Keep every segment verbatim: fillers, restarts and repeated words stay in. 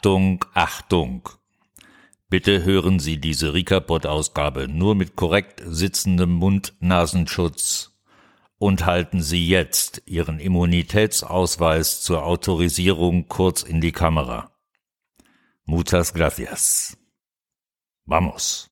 Achtung, Achtung! Bitte hören Sie diese Ricapod-Ausgabe nur mit korrekt sitzendem Mund-Nasenschutz und halten Sie jetzt Ihren Immunitätsausweis zur Autorisierung kurz in die Kamera. Muchas gracias. Vamos.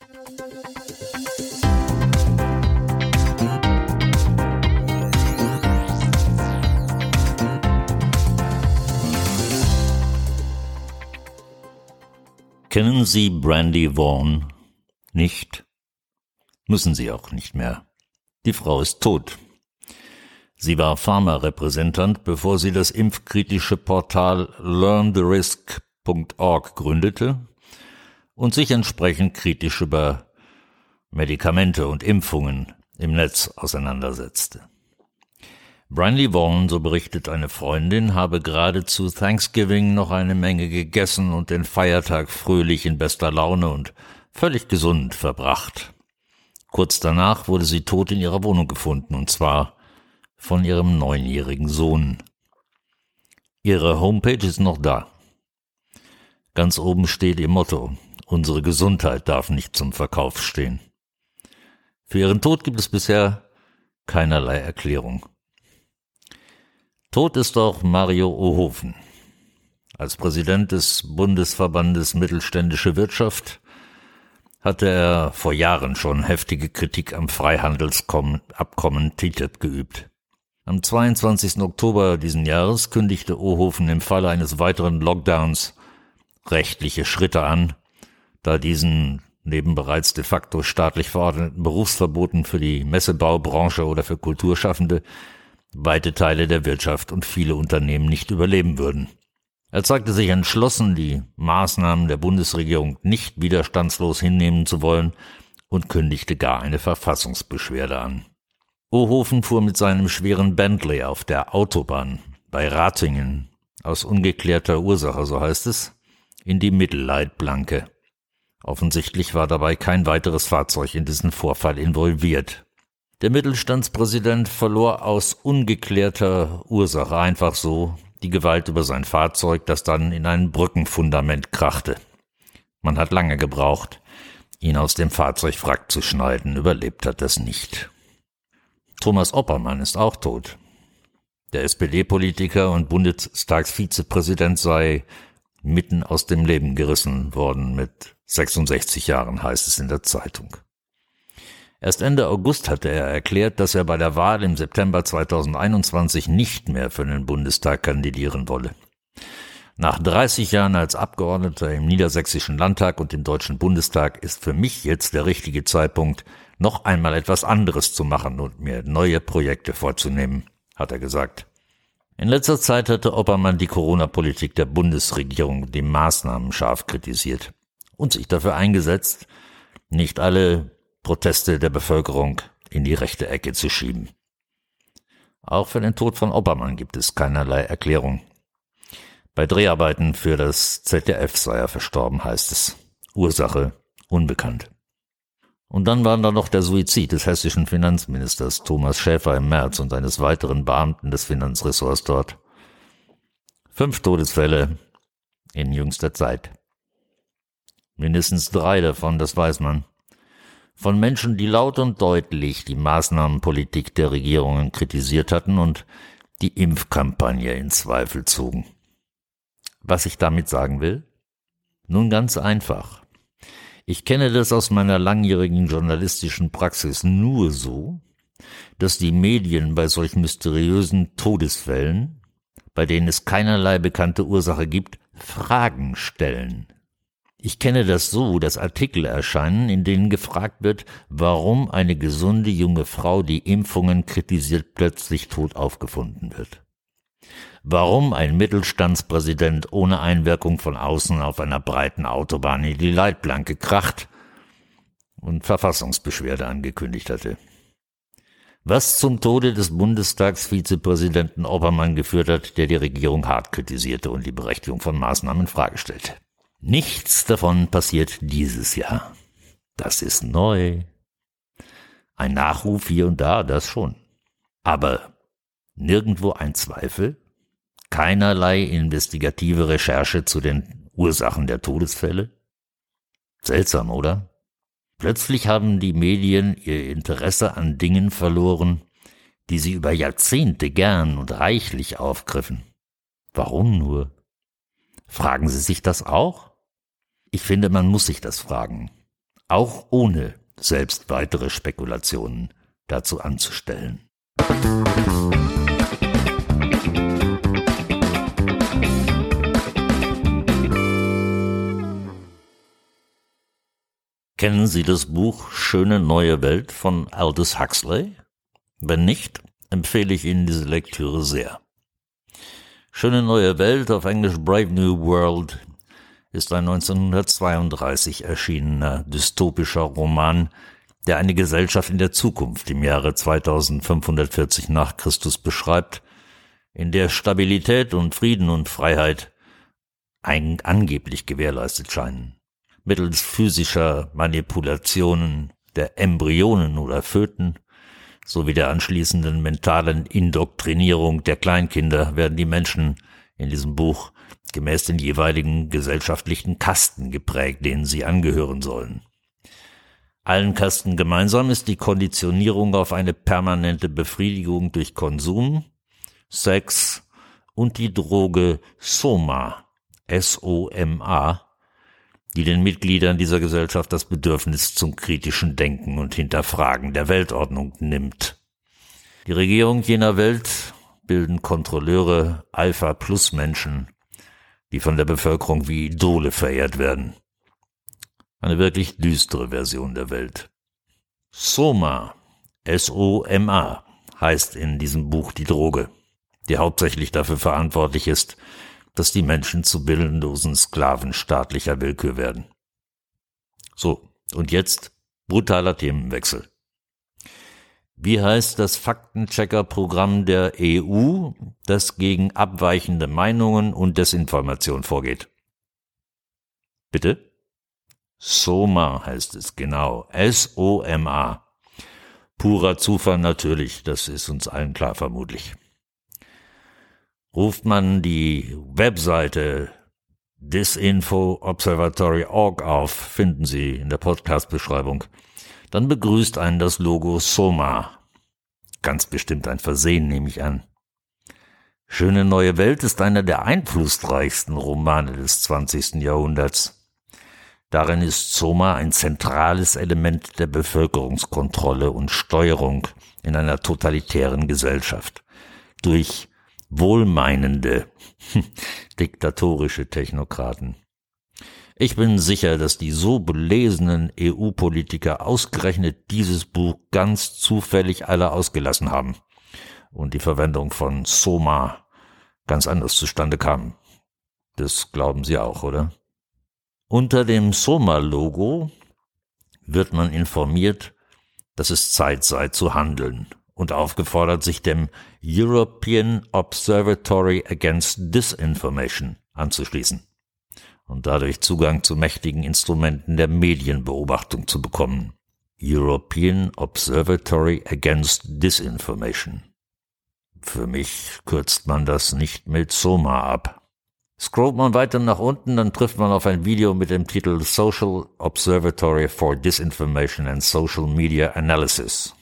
Kennen Sie Brandy Vaughan nicht? Müssen Sie auch nicht mehr. Die Frau ist tot. Sie war Pharma-Repräsentant, bevor sie das impfkritische Portal learn the risk punkt org gründete und sich entsprechend kritisch über Medikamente und Impfungen im Netz auseinandersetzte. Brandy Vaughan, so berichtet eine Freundin, habe gerade zu Thanksgiving noch eine Menge gegessen und den Feiertag fröhlich in bester Laune und völlig gesund verbracht. Kurz danach wurde sie tot in ihrer Wohnung gefunden, und zwar von ihrem neunjährigen Sohn. Ihre Homepage ist noch da. Ganz oben steht ihr Motto: Unsere Gesundheit darf nicht zum Verkauf stehen. Für ihren Tod gibt es bisher keinerlei Erklärung. Tot ist auch Mario Ohoven. Als Präsident des Bundesverbandes Mittelständische Wirtschaft hatte er vor Jahren schon heftige Kritik am Freihandelsabkommen T T I P geübt. Am zweiundzwanzigsten Oktober diesen Jahres kündigte Ohoven im Falle eines weiteren Lockdowns rechtliche Schritte an, da diesen neben bereits de facto staatlich verordneten Berufsverboten für die Messebaubranche oder für Kulturschaffende weite Teile der Wirtschaft und viele Unternehmen nicht überleben würden. Er zeigte sich entschlossen, die Maßnahmen der Bundesregierung nicht widerstandslos hinnehmen zu wollen und kündigte gar eine Verfassungsbeschwerde an. Ohoven fuhr mit seinem schweren Bentley auf der Autobahn bei Ratingen aus ungeklärter Ursache, so heißt es, in die Mittelleitplanke. Offensichtlich war dabei kein weiteres Fahrzeug in diesen Vorfall involviert. Der Mittelstandspräsident verlor aus ungeklärter Ursache einfach so die Gewalt über sein Fahrzeug, das dann in ein Brückenfundament krachte. Man hat lange gebraucht, ihn aus dem Fahrzeugwrack zu schneiden, überlebt hat das nicht. Thomas Oppermann ist auch tot. Der S P D-Politiker und Bundestagsvizepräsident sei mitten aus dem Leben gerissen worden mit sechsundsechzig Jahren, heißt es in der Zeitung. Erst Ende August hatte er erklärt, dass er bei der Wahl im September zweitausendeinundzwanzig nicht mehr für den Bundestag kandidieren wolle. Nach dreißig Jahren als Abgeordneter im Niedersächsischen Landtag und im Deutschen Bundestag ist für mich jetzt der richtige Zeitpunkt, noch einmal etwas anderes zu machen und mir neue Projekte vorzunehmen, hat er gesagt. In letzter Zeit hatte Oppermann die Corona-Politik der Bundesregierung, die Maßnahmen scharf kritisiert und sich dafür eingesetzt, nicht alle Proteste der Bevölkerung in die rechte Ecke zu schieben. Auch für den Tod von Oppermann gibt es keinerlei Erklärung. Bei Dreharbeiten für das Z D F sei er verstorben, heißt es. Ursache unbekannt. Und dann war da noch der Suizid des hessischen Finanzministers Thomas Schäfer im März und eines weiteren Beamten des Finanzressorts dort. Fünf Todesfälle in jüngster Zeit. Mindestens drei davon, das weiß man, von Menschen, die laut und deutlich die Maßnahmenpolitik der Regierungen kritisiert hatten und die Impfkampagne in Zweifel zogen. Was ich damit sagen will? Nun ganz einfach. Ich kenne das aus meiner langjährigen journalistischen Praxis nur so, dass die Medien bei solch mysteriösen Todesfällen, bei denen es keinerlei bekannte Ursache gibt, Fragen stellen. Ich kenne das so, dass Artikel erscheinen, in denen gefragt wird, warum eine gesunde junge Frau, die Impfungen kritisiert, plötzlich tot aufgefunden wird. Warum ein Mittelstandspräsident ohne Einwirkung von außen auf einer breiten Autobahn in die Leitplanke kracht und Verfassungsbeschwerde angekündigt hatte. Was zum Tode des Bundestagsvizepräsidenten Oppermann geführt hat, der die Regierung hart kritisierte und die Berechtigung von Maßnahmen in Frage stellte. Nichts davon passiert dieses Jahr. Das ist neu. Ein Nachruf hier und da, das schon. Aber nirgendwo ein Zweifel, keinerlei investigative Recherche zu den Ursachen der Todesfälle? Seltsam, oder? Plötzlich haben die Medien ihr Interesse an Dingen verloren, die sie über Jahrzehnte gern und reichlich aufgriffen. Warum nur? Fragen Sie sich das auch? Ich finde, man muss sich das fragen, auch ohne selbst weitere Spekulationen dazu anzustellen. Kennen Sie das Buch Schöne neue Welt von Aldous Huxley? Wenn nicht, empfehle ich Ihnen diese Lektüre sehr. Schöne neue Welt, auf Englisch Brave New World, ist ein neunzehnhundertzweiunddreißig erschienener dystopischer Roman, der eine Gesellschaft in der Zukunft im Jahre zweitausendfünfhundertvierzig nach Christus beschreibt, in der Stabilität und Frieden und Freiheit ein, angeblich gewährleistet scheinen. Mittels physischer Manipulationen der Embryonen oder Föten sowie der anschließenden mentalen Indoktrinierung der Kleinkinder werden die Menschen in diesem Buch gemäß den jeweiligen gesellschaftlichen Kasten geprägt, denen sie angehören sollen. Allen Kasten gemeinsam ist die Konditionierung auf eine permanente Befriedigung durch Konsum, Sex und die Droge Soma, S O M A, die den Mitgliedern dieser Gesellschaft das Bedürfnis zum kritischen Denken und Hinterfragen der Weltordnung nimmt. Die Regierung jener Welt bilden Kontrolleure, Alpha-Plus-Menschen, die von der Bevölkerung wie Idole verehrt werden. Eine wirklich düstere Version der Welt. Soma, S O M A, heißt in diesem Buch die Droge, die hauptsächlich dafür verantwortlich ist, dass die Menschen zu willenlosen Sklaven staatlicher Willkür werden. So, und jetzt brutaler Themenwechsel. Wie heißt das Faktenchecker-Programm der E U, das gegen abweichende Meinungen und Desinformation vorgeht? Bitte? Soma heißt es, genau. S O M A. Purer Zufall natürlich, das ist uns allen klar vermutlich. Ruft man die Webseite disinfo observatory punkt org auf, finden Sie in der Podcast-Beschreibung, dann begrüßt einen das Logo Soma. Ganz bestimmt ein Versehen, nehme ich an. Schöne neue Welt ist einer der einflussreichsten Romane des zwanzigsten Jahrhunderts. Darin ist Soma ein zentrales Element der Bevölkerungskontrolle und Steuerung in einer totalitären Gesellschaft. Durch wohlmeinende, diktatorische Technokraten. Ich bin sicher, dass die so belesenen E U-Politiker ausgerechnet dieses Buch ganz zufällig alle ausgelassen haben und die Verwendung von Soma ganz anders zustande kam. Das glauben Sie auch, oder? Unter dem Soma-Logo wird man informiert, dass es Zeit sei zu handeln und aufgefordert, sich dem European Observatory Against Disinformation anzuschließen und dadurch Zugang zu mächtigen Instrumenten der Medienbeobachtung zu bekommen. European Observatory Against Disinformation. Für mich kürzt man das nicht mit Soma ab. Scrollt man weiter nach unten, dann trifft man auf ein Video mit dem Titel Social Observatory for Disinformation and Social Media Analysis.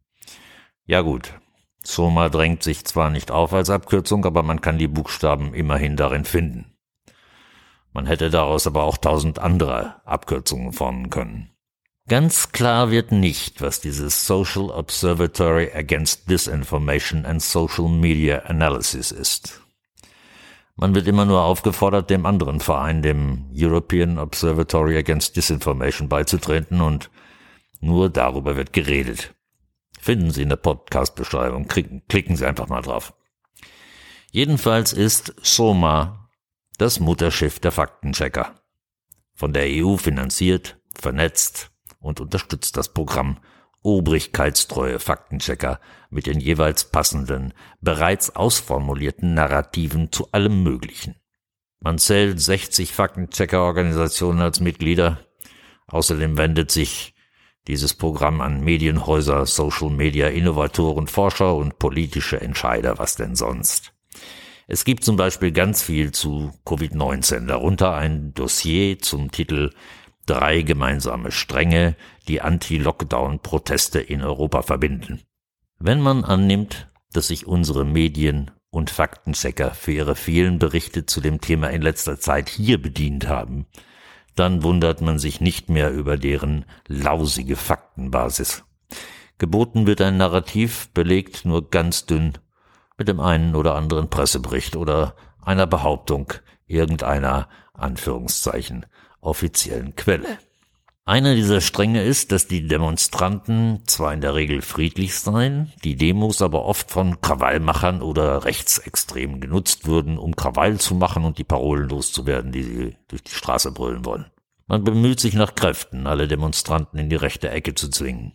Ja gut, Soma drängt sich zwar nicht auf als Abkürzung, aber man kann die Buchstaben immerhin darin finden. Man hätte daraus aber auch tausend andere Abkürzungen formen können. Ganz klar wird nicht, was dieses Social Observatory Against Disinformation and Social Media Analysis ist. Man wird immer nur aufgefordert, dem anderen Verein, dem European Observatory Against Disinformation, beizutreten, und nur darüber wird geredet. Finden Sie in der Podcast-Beschreibung, klicken, klicken Sie einfach mal drauf. Jedenfalls ist Soma das Mutterschiff der Faktenchecker. Von der E U finanziert, vernetzt und unterstützt das Programm obrigkeitstreue Faktenchecker mit den jeweils passenden, bereits ausformulierten Narrativen zu allem Möglichen. Man zählt sechzig Faktenchecker-Organisationen als Mitglieder. Außerdem wendet sich dieses Programm an Medienhäuser, Social-Media-Innovatoren, Forscher und politische Entscheider, was denn sonst. Es gibt zum Beispiel ganz viel zu Covid neunzehn, darunter ein Dossier zum Titel Drei gemeinsame Stränge, die Anti-Lockdown-Proteste in Europa verbinden. Wenn man annimmt, dass sich unsere Medien und Faktenchecker für ihre vielen Berichte zu dem Thema in letzter Zeit hier bedient haben, dann wundert man sich nicht mehr über deren lausige Faktenbasis. Geboten wird ein Narrativ, belegt nur ganz dünn mit dem einen oder anderen Pressebericht oder einer Behauptung irgendeiner, Anführungszeichen, offiziellen Quelle. Einer dieser Stränge ist, dass die Demonstranten zwar in der Regel friedlich seien, die Demos aber oft von Krawallmachern oder Rechtsextremen genutzt würden, um Krawall zu machen und die Parolen loszuwerden, die sie durch die Straße brüllen wollen. Man bemüht sich nach Kräften, alle Demonstranten in die rechte Ecke zu zwingen.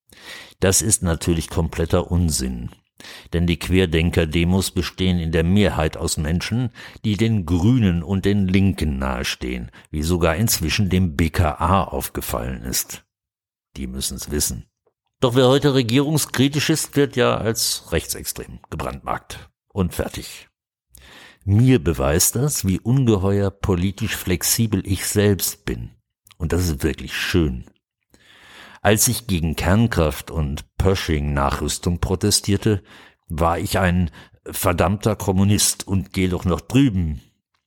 Das ist natürlich kompletter Unsinn. Denn die Querdenker-Demos bestehen in der Mehrheit aus Menschen, die den Grünen und den Linken nahestehen, wie sogar inzwischen dem B K A aufgefallen ist. Die müssen's wissen. Doch wer heute regierungskritisch ist, wird ja als rechtsextrem gebrandmarkt. Und fertig. Mir beweist das, wie ungeheuer politisch flexibel ich selbst bin. Und das ist wirklich schön. Als ich gegen Kernkraft und Pershing-Nachrüstung protestierte, war ich ein verdammter Kommunist und geh doch noch drüben.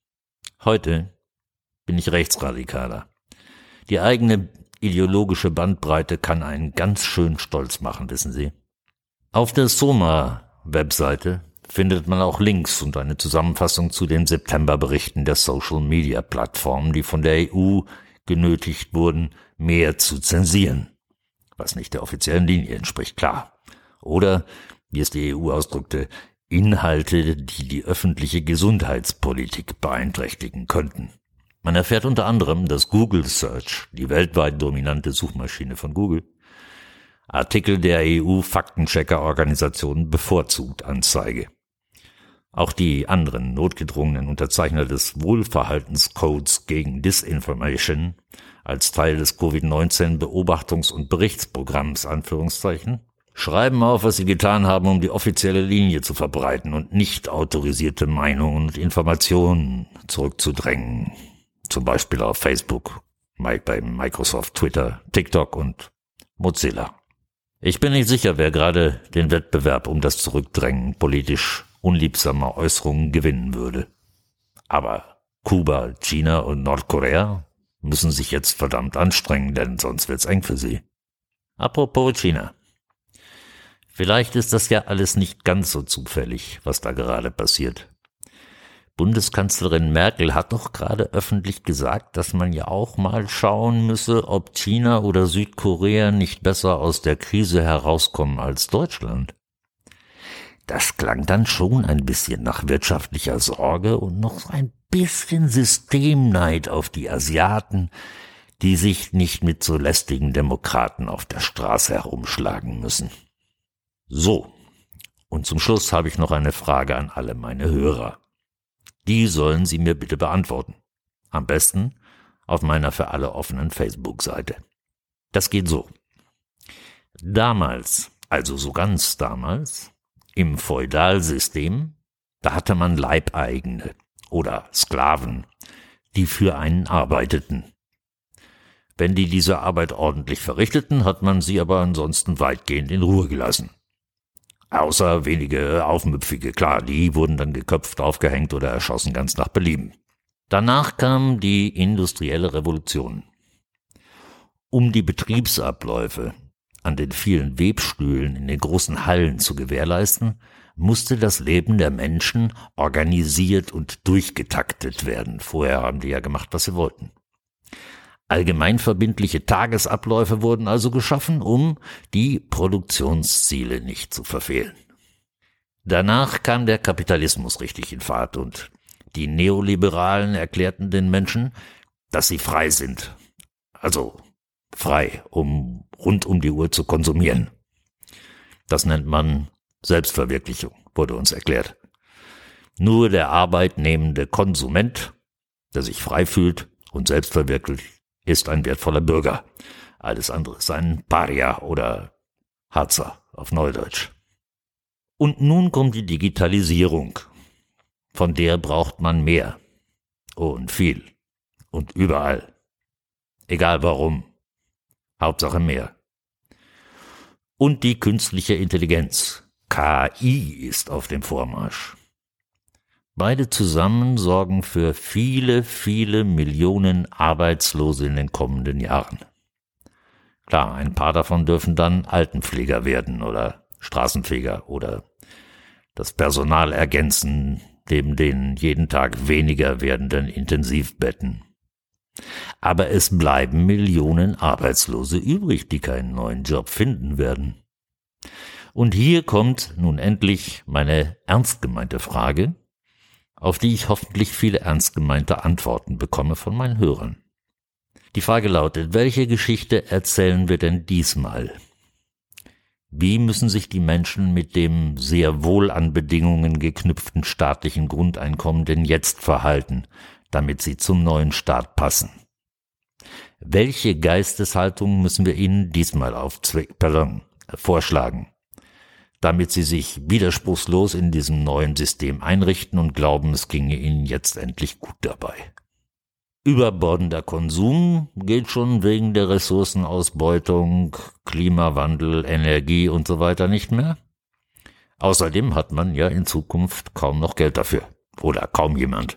Heute bin ich Rechtsradikaler. Die eigene ideologische Bandbreite kann einen ganz schön stolz machen, wissen Sie. Auf der Soma-Webseite findet man auch Links und eine Zusammenfassung zu den September-Berichten der Social-Media-Plattformen, die von der E U genötigt wurden, mehr zu zensieren. Was nicht der offiziellen Linie entspricht, klar. Oder, wie es die E U ausdrückte, Inhalte, die die öffentliche Gesundheitspolitik beeinträchtigen könnten. Man erfährt unter anderem, dass Google Search, die weltweit dominante Suchmaschine von Google, Artikel der E U-Faktenchecker-Organisationen bevorzugt anzeige. Auch die anderen notgedrungenen Unterzeichner des Wohlverhaltenscodes gegen Disinformation als Teil des Covid neunzehn Beobachtungs- und Berichtsprogramms, Anführungszeichen, schreiben auf, was sie getan haben, um die offizielle Linie zu verbreiten und nicht autorisierte Meinungen und Informationen zurückzudrängen. Zum Beispiel auf Facebook, bei Microsoft, Twitter, TikTok und Mozilla. Ich bin nicht sicher, wer gerade den Wettbewerb um das Zurückdrängen politisch unliebsamer Äußerungen gewinnen würde. Aber Kuba, China und Nordkorea müssen sich jetzt verdammt anstrengen, denn sonst wird's eng für sie. Apropos China. Vielleicht ist das ja alles nicht ganz so zufällig, was da gerade passiert. Bundeskanzlerin Merkel hat doch gerade öffentlich gesagt, dass man ja auch mal schauen müsse, ob China oder Südkorea nicht besser aus der Krise herauskommen als Deutschland. Das klang dann schon ein bisschen nach wirtschaftlicher Sorge und noch ein bisschen Systemneid auf die Asiaten, die sich nicht mit so lästigen Demokraten auf der Straße herumschlagen müssen. So, und zum Schluss habe ich noch eine Frage an alle meine Hörer. Die sollen Sie mir bitte beantworten. Am besten auf meiner für alle offenen Facebook-Seite. Das geht so. Damals, also so ganz damals, im Feudalsystem, da hatte man Leibeigene oder Sklaven, die für einen arbeiteten. Wenn die diese Arbeit ordentlich verrichteten, hat man sie aber ansonsten weitgehend in Ruhe gelassen. Außer wenige Aufmüpfige, klar, die wurden dann geköpft, aufgehängt oder erschossen, ganz nach Belieben. Danach kam die industrielle Revolution. Um die Betriebsabläufe an den vielen Webstühlen in den großen Hallen zu gewährleisten, musste das Leben der Menschen organisiert und durchgetaktet werden. Vorher haben die ja gemacht, was sie wollten. Allgemeinverbindliche Tagesabläufe wurden also geschaffen, um die Produktionsziele nicht zu verfehlen. Danach kam der Kapitalismus richtig in Fahrt und die Neoliberalen erklärten den Menschen, dass sie frei sind. Also frei, um rund um die Uhr zu konsumieren. Das nennt man Selbstverwirklichung, wurde uns erklärt. Nur der arbeitnehmende Konsument, der sich frei fühlt und selbstverwirklicht, ist ein wertvoller Bürger. Alles andere ist ein Paria oder Harzer auf Neudeutsch. Und nun kommt die Digitalisierung. Von der braucht man mehr. Und viel. Und überall. Egal warum. Hauptsache mehr. Und die künstliche Intelligenz. K I ist auf dem Vormarsch. Beide zusammen sorgen für viele, viele Millionen Arbeitslose in den kommenden Jahren. Klar, ein paar davon dürfen dann Altenpfleger werden oder Straßenfeger oder das Personal ergänzen, neben den jeden Tag weniger werdenden Intensivbetten. Aber es bleiben Millionen Arbeitslose übrig, die keinen neuen Job finden werden. Und hier kommt nun endlich meine ernst gemeinte Frage, auf die ich hoffentlich viele ernst gemeinte Antworten bekomme von meinen Hörern. Die Frage lautet, welche Geschichte erzählen wir denn diesmal? Wie müssen sich die Menschen mit dem sehr wohl an Bedingungen geknüpften staatlichen Grundeinkommen denn jetzt verhalten, damit sie zum neuen Staat passen? Welche Geisteshaltung müssen wir ihnen diesmal aufzwe- pardon, vorschlagen, damit sie sich widerspruchslos in diesem neuen System einrichten und glauben, es ginge ihnen jetzt endlich gut dabei? Überbordender Konsum geht schon wegen der Ressourcenausbeutung, Klimawandel, Energie und so weiter nicht mehr. Außerdem hat man ja in Zukunft kaum noch Geld dafür. Oder kaum jemand.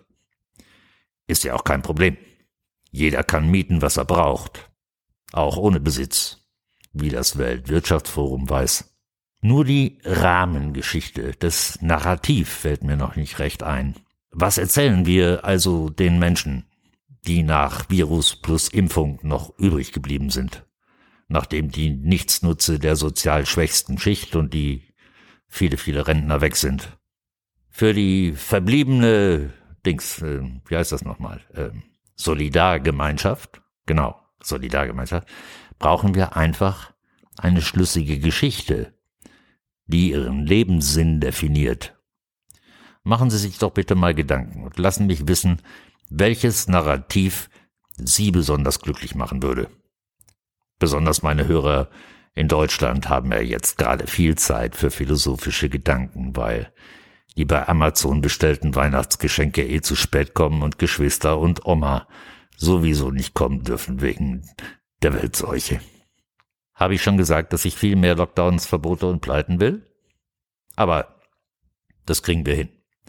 Ist ja auch kein Problem. Jeder kann mieten, was er braucht. Auch ohne Besitz. Wie das Weltwirtschaftsforum weiß. Nur die Rahmengeschichte, das Narrativ fällt mir noch nicht recht ein. Was erzählen wir also den Menschen, die nach Virus plus Impfung noch übrig geblieben sind, nachdem die Nichtsnutze der sozial schwächsten Schicht und die viele, viele Rentner weg sind? Für die verbliebene Dings, äh, wie heißt das nochmal, äh, Solidargemeinschaft, genau, Solidargemeinschaft, brauchen wir einfach eine schlüssige Geschichte, die ihren Lebenssinn definiert. Machen Sie sich doch bitte mal Gedanken und lassen mich wissen, welches Narrativ Sie besonders glücklich machen würde. Besonders meine Hörer in Deutschland haben ja jetzt gerade viel Zeit für philosophische Gedanken, weil die bei Amazon bestellten Weihnachtsgeschenke eh zu spät kommen und Geschwister und Oma sowieso nicht kommen dürfen wegen der Weltseuche. Habe ich schon gesagt, dass ich viel mehr Lockdowns, Verbote und Pleiten will? Aber das kriegen wir hin.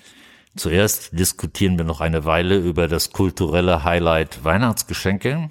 Zuerst diskutieren wir noch eine Weile über das kulturelle Highlight Weihnachtsgeschenke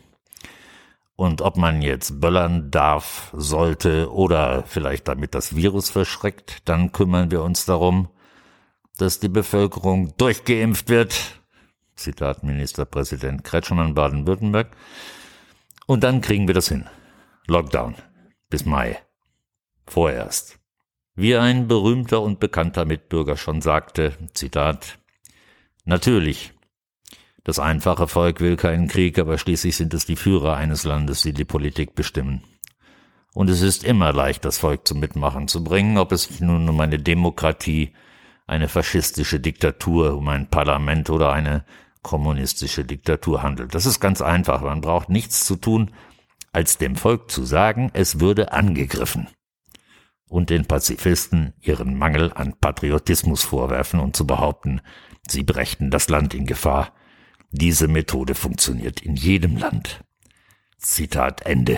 und ob man jetzt böllern darf, sollte oder vielleicht damit das Virus verschreckt. Dann kümmern wir uns darum, dass die Bevölkerung durchgeimpft wird. Zitat Ministerpräsident Kretschmann, Baden-Württemberg. Und dann kriegen wir das hin. Lockdown. Bis Mai. Vorerst. Wie ein berühmter und bekannter Mitbürger schon sagte, Zitat, natürlich, das einfache Volk will keinen Krieg, aber schließlich sind es die Führer eines Landes, die die Politik bestimmen. Und es ist immer leicht, das Volk zum Mitmachen zu bringen, ob es sich nun um eine Demokratie, eine faschistische Diktatur, um ein Parlament oder eine kommunistische Diktatur handelt. Das ist ganz einfach, man braucht nichts zu tun, als dem Volk zu sagen, es würde angegriffen. Und den Pazifisten ihren Mangel an Patriotismus vorwerfen und zu behaupten, sie brächten das Land in Gefahr. Diese Methode funktioniert in jedem Land. Zitat Ende.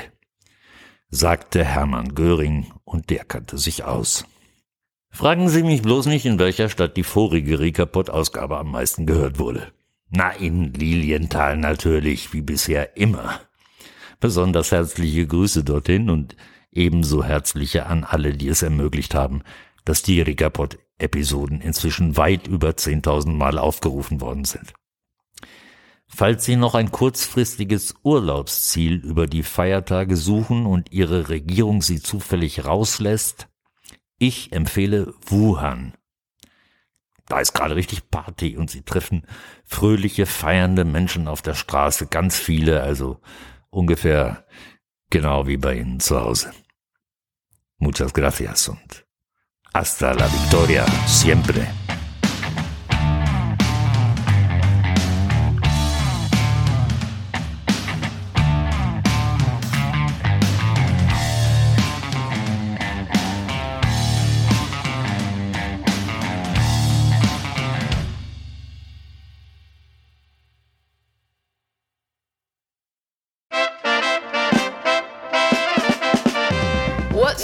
Sagte Hermann Göring und der kannte sich aus. Fragen Sie mich bloß nicht, in welcher Stadt die vorige Recapod-Ausgabe am meisten gehört wurde. Na, in Lilienthal natürlich, wie bisher immer. Besonders herzliche Grüße dorthin und ebenso herzliche an alle, die es ermöglicht haben, dass die Recapod-Episoden inzwischen weit über zehntausend Mal aufgerufen worden sind. Falls Sie noch ein kurzfristiges Urlaubsziel über die Feiertage suchen und Ihre Regierung Sie zufällig rauslässt, ich empfehle Wuhan. Da ist gerade richtig Party und Sie treffen fröhliche, feiernde Menschen auf der Straße, ganz viele, also ungefähr genau wie bei Ihnen zu Hause. Muchas gracias und hasta la victoria siempre.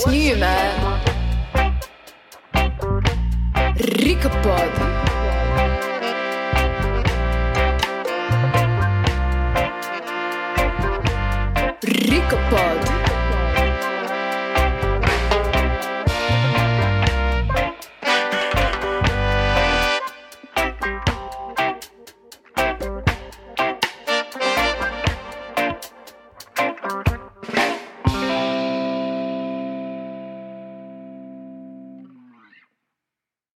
What's new, man? Ricapod. Ricapod.